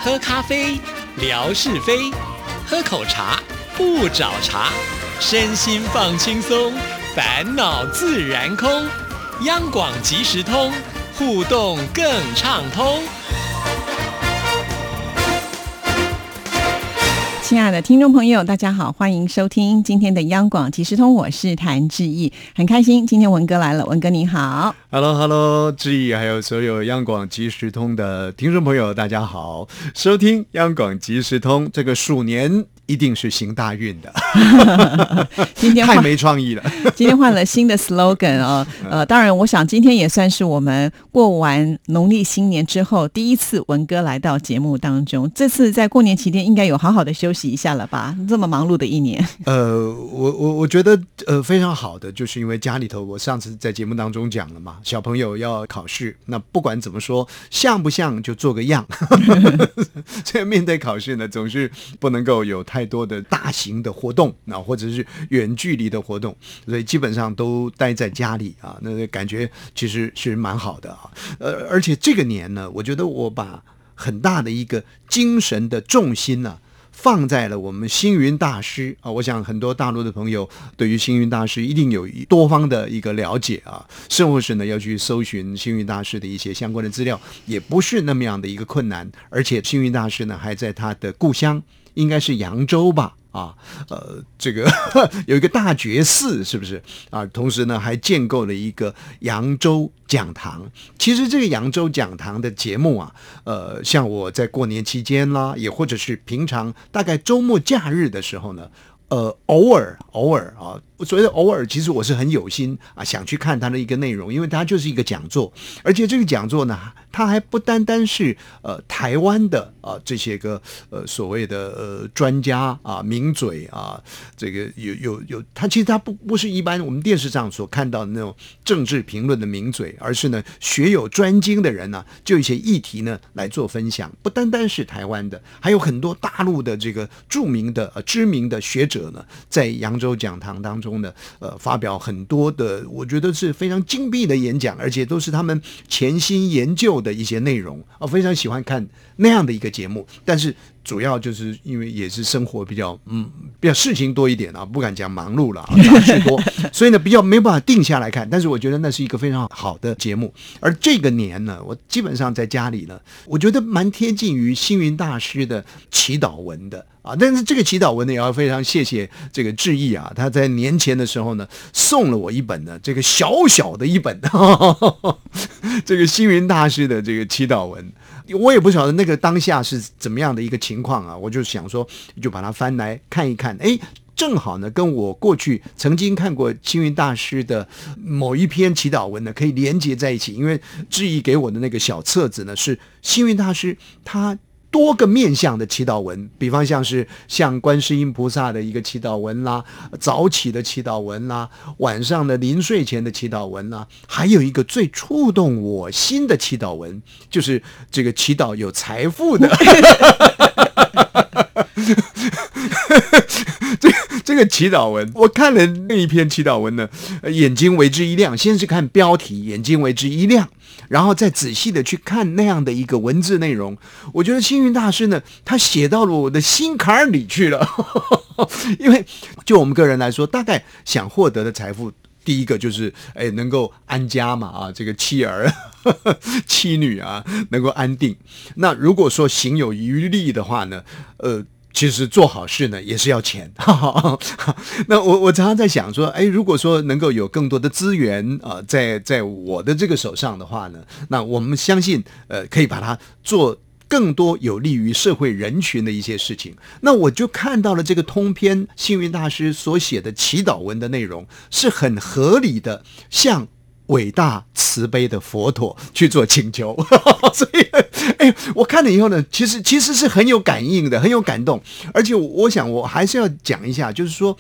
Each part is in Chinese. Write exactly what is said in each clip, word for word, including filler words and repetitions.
喝咖啡，聊是非；喝口茶，不找茬。身心放轻松，烦恼自然空。央广即时通，互动更畅通。 亲爱的听众朋友，大家好，欢迎收听今天的央广即时通，我是谭志毅，很开心今天文哥来了，文哥你好。 Hello Hello， 志毅还有所有央广即时通的听众朋友，大家好，收听央广即时通，这个鼠年一定是行大运的。 今天太没创意了。 今天换了新的 slogan 哦，呃，当然我想今天也算是我们过完农历新年之后第一次文哥来到节目当中，这次在过年期间应该有好好的休息一下了吧，这么忙碌的一年。 呃，我我我觉得呃非常好的，就是因为家里头我上次在节目当中讲了嘛，小朋友要考试，那不管怎么说像不像就做个样。所以面对考试呢，总是不能够有太多的大型的活动，那或者是远距离的活动，所以基本上都待在家里啊，那感觉其实是蛮好的啊。呃，而且这个年呢，我觉得我把很大的一个精神的重心呢、啊。放在了我们星云大师啊，我想很多大陆的朋友对于星云大师一定有多方的一个了解啊，甚或是呢要去搜寻星云大师的一些相关的资料，也不是那么样的一个困难。而且星云大师呢还在他的故乡，应该是扬州吧。啊，呃，这个有一个大觉寺，是不是啊？同时呢，还建构了一个扬州讲堂。其实这个扬州讲堂的节目啊，呃，像我在过年期间啦，也或者是平常大概周末假日的时候呢，呃，偶尔偶尔啊，所谓的偶尔，其实我是很有心啊，想去看它的一个内容，因为它就是一个讲座，而且这个讲座呢，它还不单单是呃台湾的啊这些个呃所谓的呃专家啊名嘴啊，这个有有有，它其实它不不是一般我们电视上所看到的那种政治评论的名嘴，而是呢学有专精的人呢、啊，就一些议题呢来做分享，不单单是台湾的，还有很多大陆的这个著名的、呃、知名的学者呢，在扬州讲堂当中呢，呃，发表很多的，我觉得是非常精辟的演讲，而且都是他们潜心研究的一些内容，我非常喜欢看那样的一个节目。但是主要就是因为也是生活比较嗯比较事情多一点啊，不敢讲忙碌了啊，杂事多，所以呢比较没有办法定下来看。但是我觉得那是一个非常好的节目。而这个年呢，我基本上在家里呢，我觉得蛮贴近于星云大师的祈祷文的。啊，但是这个祈祷文呢，也要非常谢谢这个志毅啊，他在年前的时候呢，送了我一本呢，这个小小的一本，呵呵这个星云大师的这个祈祷文，我也不晓得那个当下是怎么样的一个情况啊，我就想说，就把它翻来看一看，哎。正好呢，跟我过去曾经看过星云大师的某一篇祈祷文呢，可以连接在一起。因为志毅给我的那个小册子呢，是星云大师他多个面向的祈祷文，比方像是像观世音菩萨的一个祈祷文啦，早起的祈祷文啦，晚上的临睡前的祈祷文啦，还有一个最触动我心的祈祷文，就是这个祈祷有财富的。这这个祈祷文，我看了那一篇祈祷文呢，眼睛为之一亮。先是看标题，眼睛为之一亮，然后再仔细的去看那样的一个文字内容。我觉得星云大师呢，他写到了我的心坎里去了。因为就我们个人来说，大概想获得的财富，第一个就是哎能够安家嘛，啊，这个妻儿妻女啊能够安定。那如果说行有余力的话呢，呃。其实做好事呢也是要钱。那我我常常在想说，哎，如果说能够有更多的资源啊、呃，在在我的这个手上的话呢，那我们相信呃可以把它做更多有利于社会人群的一些事情。那我就看到了这个通篇星云大师所写的祈祷文的内容是很合理的，向伟大慈悲的佛陀去做请求。所以哎，我看了以后呢，其实其实是很有感应的，很有感动。而且我想我还是要讲一下，就是说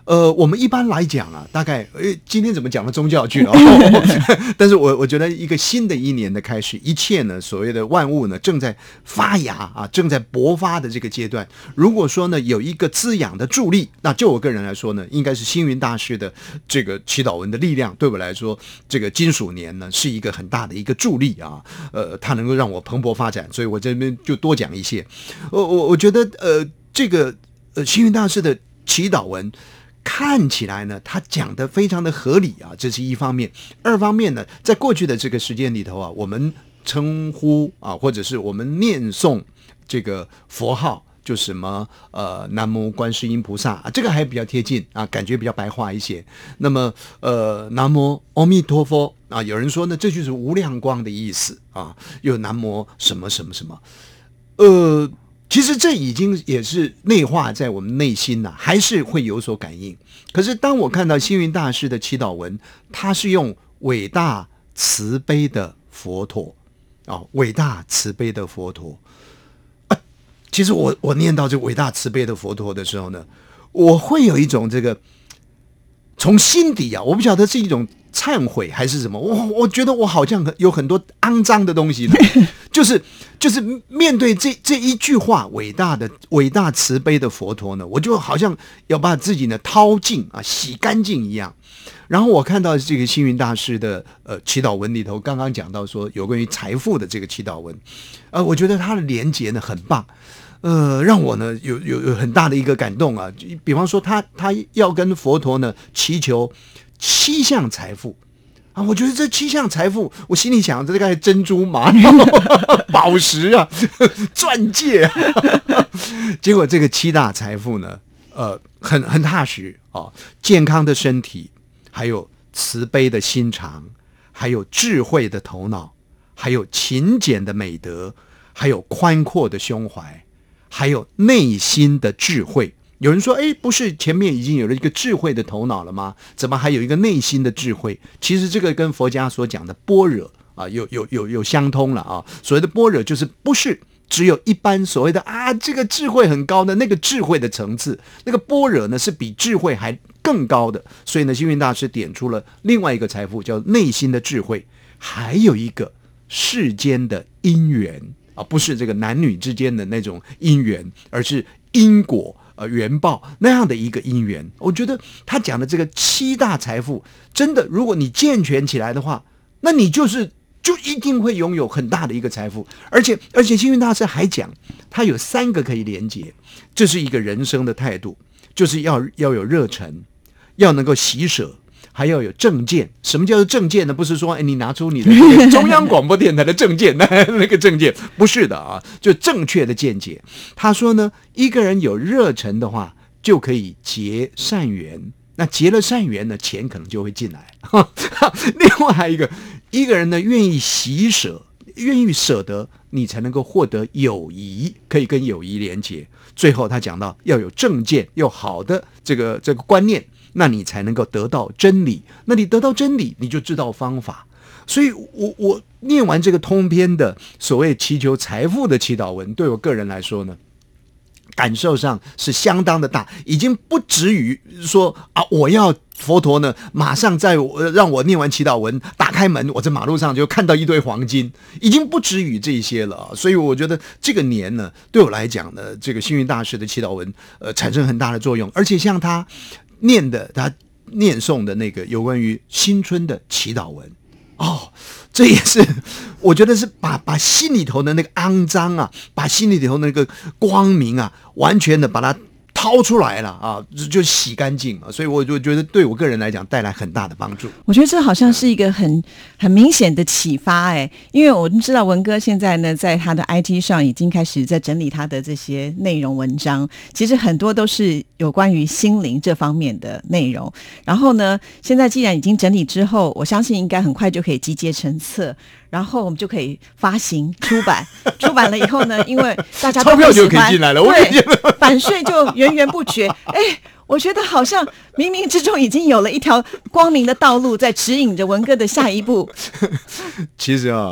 呃，我们一般来讲啊，大概呃，今天怎么讲到宗教去了？但是我我觉得一个新的一年的开始，一切呢，所谓的万物呢，正在发芽啊，正在勃发的这个阶段。如果说呢，有一个滋养的助力，那就我个人来说呢，应该是星云大师的这个祈祷文的力量，对我来说，这个金属年呢，是一个很大的一个助力啊。呃，它能够让我蓬勃发展，所以我这边就多讲一些。我我我觉得呃，这个呃星云大师的祈祷文。看起来呢，他讲的非常的合理啊，这是一方面。二方面呢，在过去的这个时间里头啊，我们称呼啊，或者是我们念诵这个佛号，就什么呃南无观世音菩萨啊，这个还比较贴近啊，感觉比较白话一些。那么呃南无阿弥陀佛啊，有人说呢，这就是无量光的意思啊，又南无什么什么什么，呃。其实这已经也是内化在我们内心呐、啊，还是会有所感应。可是当我看到星云大师的祈祷文，他是用伟大慈悲的佛陀啊、哦，伟大慈悲的佛陀啊。其实我我念到这伟大慈悲的佛陀的时候呢，我会有一种这个从心底啊，我不晓得是一种忏悔还是什么，我我觉得我好像有很多肮脏的东西呢，就是就是面对这这一句话，伟大的伟大慈悲的佛陀呢，我就好像要把自己呢掏净啊，洗干净一样。然后我看到这个星云大师的呃祈祷文里头，刚刚讲到说有关于财富的这个祈祷文，呃，我觉得他的连结呢很棒。呃，让我呢有有有很大的一个感动啊！比方说他，他他要跟佛陀呢祈求七项财富啊，我觉得这七项财富，我心里想，这个珍珠、玛瑙、宝石啊、钻戒啊，结果这个七大财富呢，呃，很很踏实啊，健康的身体，还有慈悲的心肠，还有智慧的头脑，还有勤俭的美德，还有宽阔的胸怀。还有内心的智慧。有人说，哎，不是前面已经有了一个智慧的头脑了吗？怎么还有一个内心的智慧？其实这个跟佛家所讲的般若啊，有有有有相通了啊。所谓的般若，就是不是只有一般所谓的啊，这个智慧很高的那个智慧的层次，那个般若呢是比智慧还更高的。所以呢，星云大师点出了另外一个财富，叫内心的智慧，还有一个世间的因缘。啊，不是这个男女之间的那种因缘，而是因果呃缘报那样的一个因缘。我觉得他讲的这个七大财富，真的，如果你健全起来的话，那你就是就一定会拥有很大的一个财富。而且而且星云大师还讲，他有三个可以连结，这是一个人生的态度，就是要要有热忱，要能够喜舍。还要有证件。什么叫做证件呢？不是说哎，你拿出你的那个中央广播电台的证件，那那个证件不是的啊，就正确的见解。他说呢，一个人有热忱的话，就可以结善缘。那结了善缘呢，钱可能就会进来。另外还有一个，一个人呢愿意喜舍，愿意舍得，你才能够获得友谊，可以跟友谊连结。最后他讲到要有正见，有好的这个这个观念。那你才能够得到真理，那你得到真理，你就知道方法。所以我我念完这个通篇的所谓祈求财富的祈祷文，对我个人来说呢，感受上是相当的大，已经不至于说啊，我要佛陀呢马上在我让我念完祈祷文，打开门，我在马路上就看到一堆黄金，已经不止于这些了。所以我觉得这个年呢，对我来讲呢，这个星云大师的祈祷文呃产生很大的作用，而且像他念的他念诵的那个有关于新春的祈祷文哦，这也是我觉得是把把心里头的那个肮脏啊，把心里头的那个光明啊，完全的把它掏出来了啊，就洗干净啊，所以我就觉得对我个人来讲带来很大的帮助。 我觉得这好像是一个很很明显的启发哎，因为我们知道文哥现在呢，在他的 I G 上已经开始在整理他的这些内容文章，其实很多都是有关于心灵这方面的内容。然后呢，现在既然已经整理之后，我相信应该很快就可以集结成册。然后我们就可以发行出版，出版了以后呢，因为大家都钞票就可以进来了， 对，版税就源源不绝。哎，我觉得好像冥冥之中已经有了一条光明的道路在指引着文哥的下一步。 其实啊，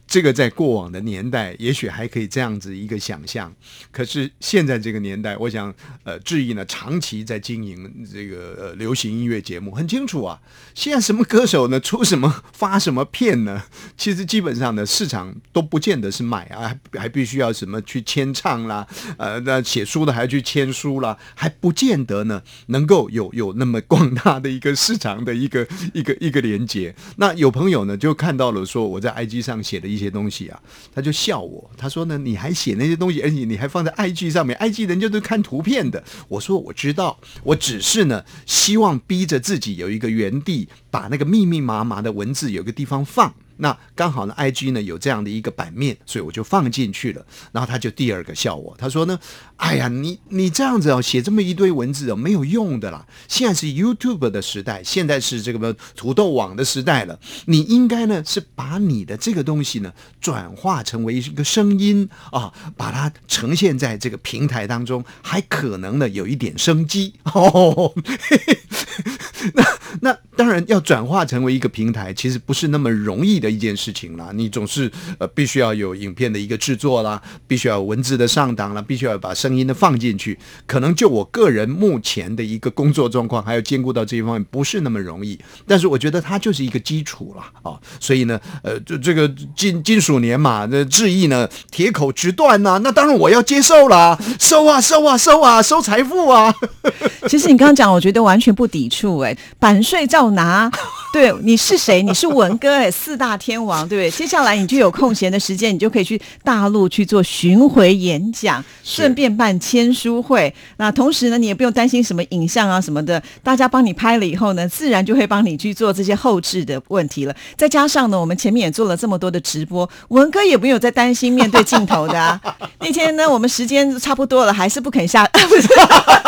这个在过往的年代也许还可以这样子一个想象，可是现在这个年代，我想呃志毅呢长期在经营这个、呃、流行音乐节目，很清楚啊，现在什么歌手呢出什么发什么片呢，其实基本上呢市场都不见得是买啊，还还必须要什么去签唱啦，呃那写书的还要去签书啦，还不见得呢能够有有那么广大的一个市场的一个一个一个连结。那有朋友呢就看到了说我在 I G 上写的一些东西啊，他就笑我，他说呢你还写那些东西，而且你还放在 I G 上面， I G 人家都看图片的。我说我知道，我只是呢希望逼着自己有一个原地，把那个密密麻麻的文字有个地方放，那刚好呢 I G 呢有这样的一个版面，所以我就放进去了。然后他就第二个笑我，他说呢哎呀你你这样子哦写这么一堆文字哦没有用的啦，现在是 YouTube 的时代，现在是这个土豆网的时代了，你应该呢是把你的这个东西呢转化成为一个声音啊，把它呈现在这个平台当中，还可能呢有一点生机哦。那那当然要转化成为一个平台其实不是那么容易的一件事情啦，你总是呃必须要有影片的一个制作啦，必须要有文字的上档啦，必须要把声音的放进去，可能就我个人目前的一个工作状况还有兼顾到这一方面不是那么容易，但是我觉得它就是一个基础啦啊，所以呢呃这这个金金属年嘛，这志毅呢铁口直断呐、啊，那当然我要接受啦，收啊收啊收啊收财富啊。 其实你刚刚讲我觉得完全不抵触，哎，版税照拿。对，你是谁？你是文哥，哎，四大天王，对不对？接下来你就有空闲的时间，你就可以去大陆去做巡回演讲，顺便办签书会。那同时呢，你也不用担心什么影像啊什么的，大家帮你拍了以后呢，自然就会帮你去做这些后置的问题了。再加上呢，我们前面也做了这么多的直播，文哥也没有在担心面对镜头的啊。那天呢，我们时间差不多了，还是不肯下，不是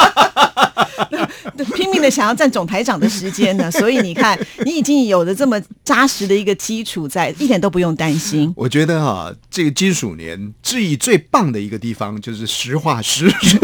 拼命的想要占总台长的时间呢，所以你看，你已经有了这么扎实的一个基础在，一点都不用担心。 我觉得啊，这个金属年志毅最棒的一个地方就是实话实说。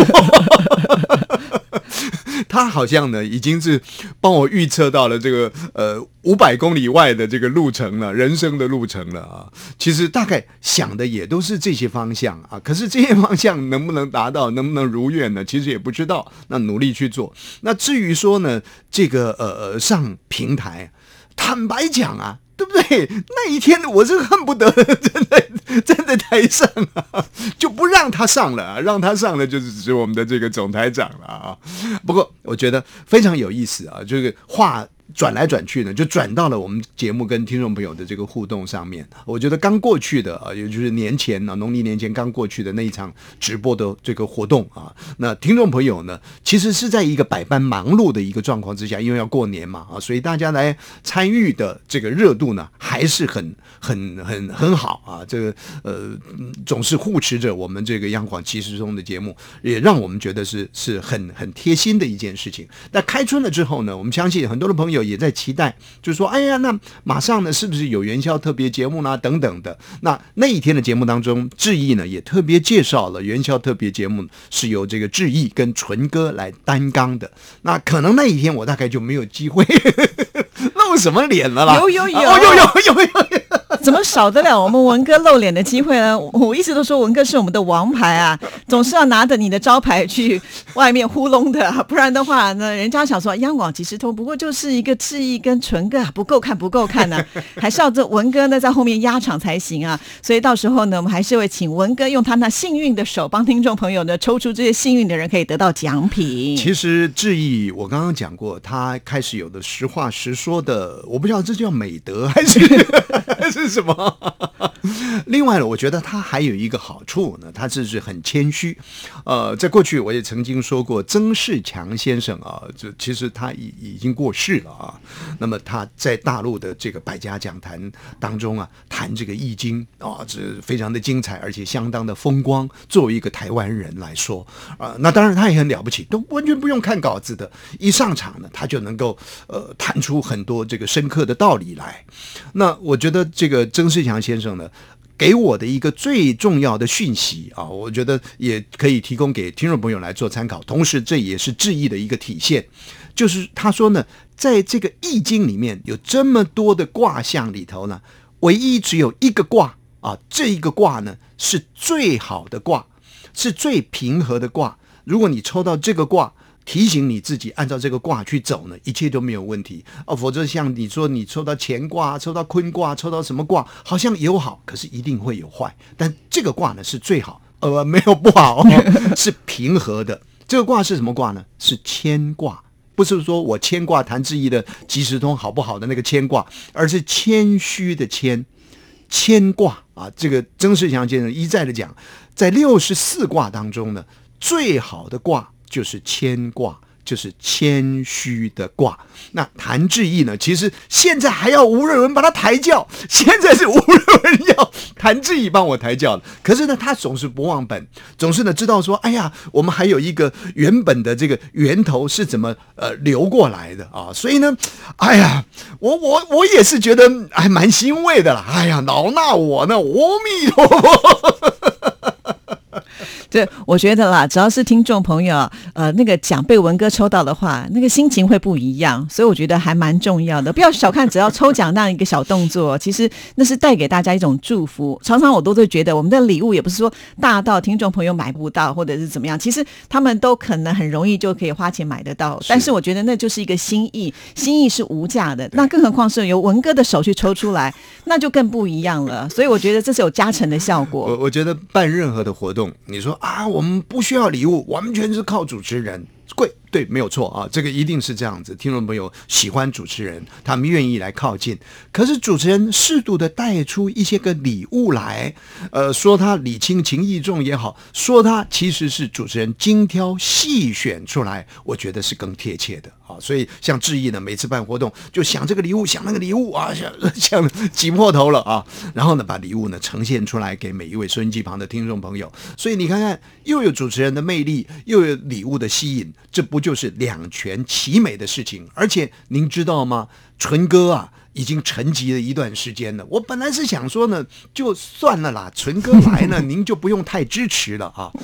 他好像呢已经是帮我预测到了这个呃五百公里外的这个路程了，人生的路程了啊。其实大概想的也都是这些方向啊，可是这些方向能不能达到，能不能如愿呢？其实也不知道。那努力去做。那至于说呢，这个呃上平台，坦白讲啊。对不对？那一天我是恨不得站在站在台上啊，就不让他上了、啊，让他上了就是指我们的这个总台长了啊。不过我觉得非常有意思啊，这个话转来转去呢，就转到了我们节目跟听众朋友的这个互动上面。我觉得刚过去的啊，也就是年前啊，农历年前刚过去的那一场直播的这个活动啊，那听众朋友呢，其实是在一个百般忙碌的一个状况之下，因为要过年嘛啊，所以大家来参与的这个热度呢，还是很很很很好啊。这个呃，总是护持着我们这个央广即时通的节目，也让我们觉得是是很很贴心的一件事情。那开春了之后呢，我们相信很多的朋友也在期待，就是说，哎呀，那马上呢，是不是有元宵特别节目呢？等等的。那那一天的节目当中，志毅呢也特别介绍了元宵特别节目是由这个志毅跟纯哥来担纲的。那可能那一天我大概就没有机会露什么脸了啦。 有有有， 哦、有有有有有。 怎么少得了我们文哥露脸的机会呢？我一直都说文哥是我们的王牌啊，总是要拿着你的招牌去外面糊弄的、啊，不然的话呢，人家想说央广即时通不过就是一个志毅跟纯哥啊，不够看不够看呢、啊，还是要这文哥呢在后面压场才行啊。所以到时候呢，我们还是会请文哥用他那幸运的手帮听众朋友呢抽出这些幸运的人可以得到奖品。 其实志毅我刚刚讲过，他开始有的实话实说的，我不知道这叫美德还是还是什么。另外呢，我觉得他还有一个好处呢，他就是很谦虚。呃，在过去我也曾经说过，曾仕强先生啊，这其实他已已经过世了啊。那么他在大陆的这个百家讲坛当中啊，谈这个易经啊，这非常的精彩，而且相当的风光。作为一个台湾人来说啊、呃，那当然他也很了不起，都完全不用看稿子的，一上场呢，他就能够呃谈出很多这个深刻的道理来。那我觉得这个曾仕强先生呢，给我的一个最重要的讯息啊，我觉得也可以提供给听众朋友来做参考，同时这也是志毅的一个体现，就是他说呢，在这个易经里面有这么多的卦象里头呢，唯一只有一个卦啊，这一个卦呢是最好的卦，是最平和的卦。如果你抽到这个卦，提醒你自己按照这个卦去走呢，一切都没有问题哦。否则像你说你抽到乾卦、抽到坤卦、抽到什么卦，好像有好，可是一定会有坏。但这个卦呢是最好，呃，没有不好哦，是平和的。这个卦是什么卦呢？是谦卦，不是说我谦卦谭志毅的即时通好不好的那个谦卦，而是谦虚的谦。谦卦啊，这个曾仕强先生一再的讲，在六十四卦当中呢，最好的卦就是谦卦，就是谦虚的卦。那谭志毅呢，其实现在还要吴瑞文把他抬轿，现在是吴瑞文要谭志毅帮我抬轿了。可是呢，他总是不忘本，总是呢知道说，哎呀，我们还有一个原本的这个源头是怎么呃流过来的啊。所以呢，哎呀，我我我也是觉得还蛮欣慰的啦。哎呀，老衲我呢，阿弥陀佛。 对，我觉得啦，只要是听众朋友，呃，那个奖被文哥抽到的话，那个心情会不一样，所以我觉得还蛮重要的。不要小看只要抽奖那样一个小动作，其实那是带给大家一种祝福。常常我都会觉得，我们的礼物也不是说大到听众朋友买不到，或者是怎么样，其实他们都可能很容易就可以花钱买得到。但是我觉得那就是一个心意，心意是无价的。那更何况是由文哥的手去抽出来，那就更不一样了。所以我觉得这是有加成的效果。 我我觉得办任何的活动，你说啊，我们不需要礼物，完全是靠主持人。贵对，没有错啊，这个一定是这样子。听众朋友喜欢主持人，他们愿意来靠近。可是主持人适度的带出一些个礼物来，呃，说他礼轻情意重也好，说他其实是主持人精挑细选出来，我觉得是更贴切的啊。所以像志毅呢，每次办活动就想这个礼物，想那个礼物啊，想想挤破头了啊。然后呢，把礼物呢呈现出来给每一位收音机旁的听众朋友。所以你看看，又有主持人的魅力，又有礼物的吸引。这不就是两全其美的事情？而且您知道吗？纯哥啊，已经沉寂了一段时间了。我本来是想说呢，就算了啦，纯哥来呢，您就不用太支持了啊。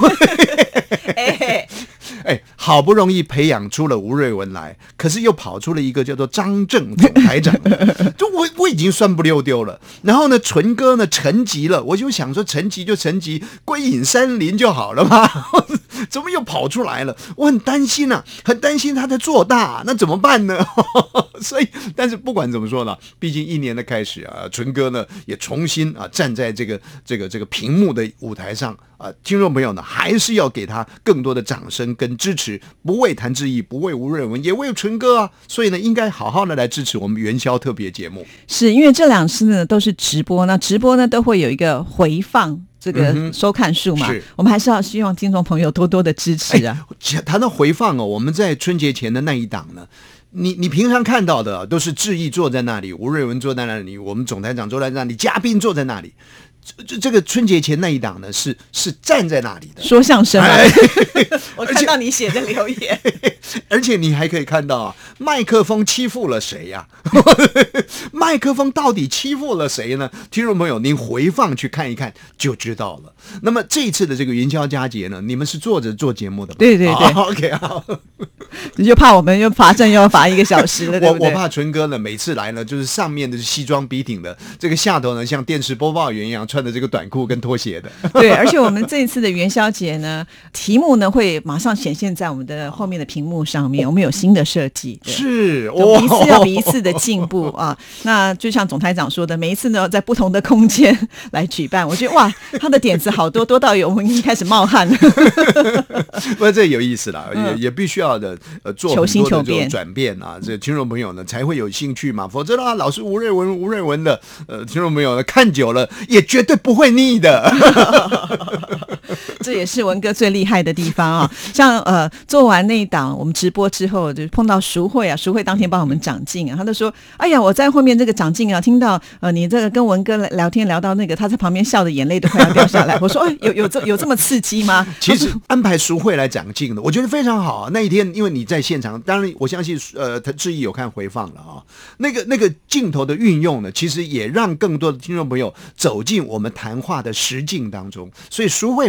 哎哎，好不容易培养出了吴瑞文来，可是又跑出了一个叫做张正总台长，就我我已经算不溜丢了。然后呢，纯哥呢沉寂了，我就想说沉寂就沉寂，归隐山林就好了嘛。怎么又跑出来了？我很担心啊，很担心他在做大，那怎么办呢？所以，但是不管怎么说呢，毕竟一年的开始啊，纯哥呢也重新啊站在这个这个这个屏幕的舞台上啊，听众朋友呢还是要给他更多的掌声跟支持，不为谭志毅，不为吴瑞文，也为纯哥啊。所以呢，应该好好的来支持我们元宵特别节目。是因为这两次呢都是直播，那直播呢都会有一个回放。这个收看数嘛、嗯，我们还是要希望听众朋友多多的支持啊。 谈到回放哦，我们在春节前的那一档呢，你你平常看到的都是志毅坐在那里，吴瑞文坐在那里，我们总台长坐在那里，嘉宾坐在那里。这这个春节前那一档呢，是是站在那里的说相声、啊。我看到你写的留言， 而且你还可以看到啊，麦克风欺负了谁呀、啊？麦克风到底欺负了谁呢？听众朋友，您回放去看一看就知道了。那么这一次的这个元宵佳节呢，你们是坐着做节目的吗？ 对对对、 哦、，OK 好。 你就怕我们又罚站又要罚一个小时了，对不对？ 我我怕纯哥呢，每次来呢，就是上面的是西装笔挺的，这个下头呢像电视播报员一样穿的这个短裤跟拖鞋的。 对，而且我们这一次的元宵节呢，题目呢会马上显现在我们的后面的屏幕上面，我们有新的设计， 是， 一次要比一次的进步啊。那就像总台长说的，每一次呢在不同的空间来举办，我觉得哇，他的点子好多，多到有我们已经开始冒汗了。 不过这有意思啦，嗯、也也必须要的呃做很多的这种转变啊，这听众朋友呢才会有兴趣嘛，否则啦，老是吴瑞文吴瑞文的呃听众朋友呢看久了也绝对不会腻的。 这也是文哥最厉害的地方啊！像呃做完那一档我们直播之后，就碰到淑慧啊，淑慧当天帮我们长进啊，他就说：“哎呀，我在后面这个长进啊，听到呃你这个跟文哥聊天聊到那个，他在旁边笑的眼泪都快要掉下来。”我说：“哎，有有这有这么刺激吗？” 其实安排淑慧来长进的，我觉得非常好啊。那一天因为你在现场，当然我相信呃他志毅有看回放了啊，那个那个镜头的运用呢，其实也让更多的听众朋友走进我们谈话的实境当中，所以淑慧跑不掉的。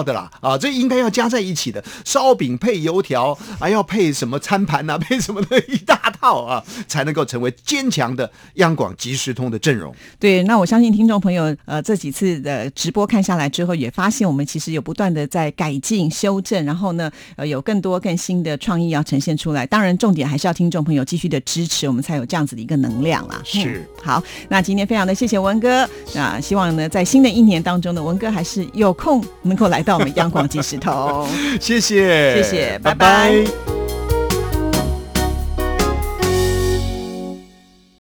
的啦啊，这应该要加在一起的，烧饼配油条，还要配什么餐盘啊，配什么的一大套啊，才能够成为坚强的央广即时通的阵容。 对，那我相信听众朋友呃这几次的直播看下来之后，也发现我们其实有不断的在改进修正，然后呢呃有更多更新的创意要呈现出来。当然重点还是要听众朋友继续的支持，我们才有这样子的一个能量啦。 是、 嗯、好，那今天非常的谢谢文哥，那希望呢在新的一年当中呢，文哥还是有空能够来到我们央广即时通。 谢谢， 谢谢，拜拜。 拜拜。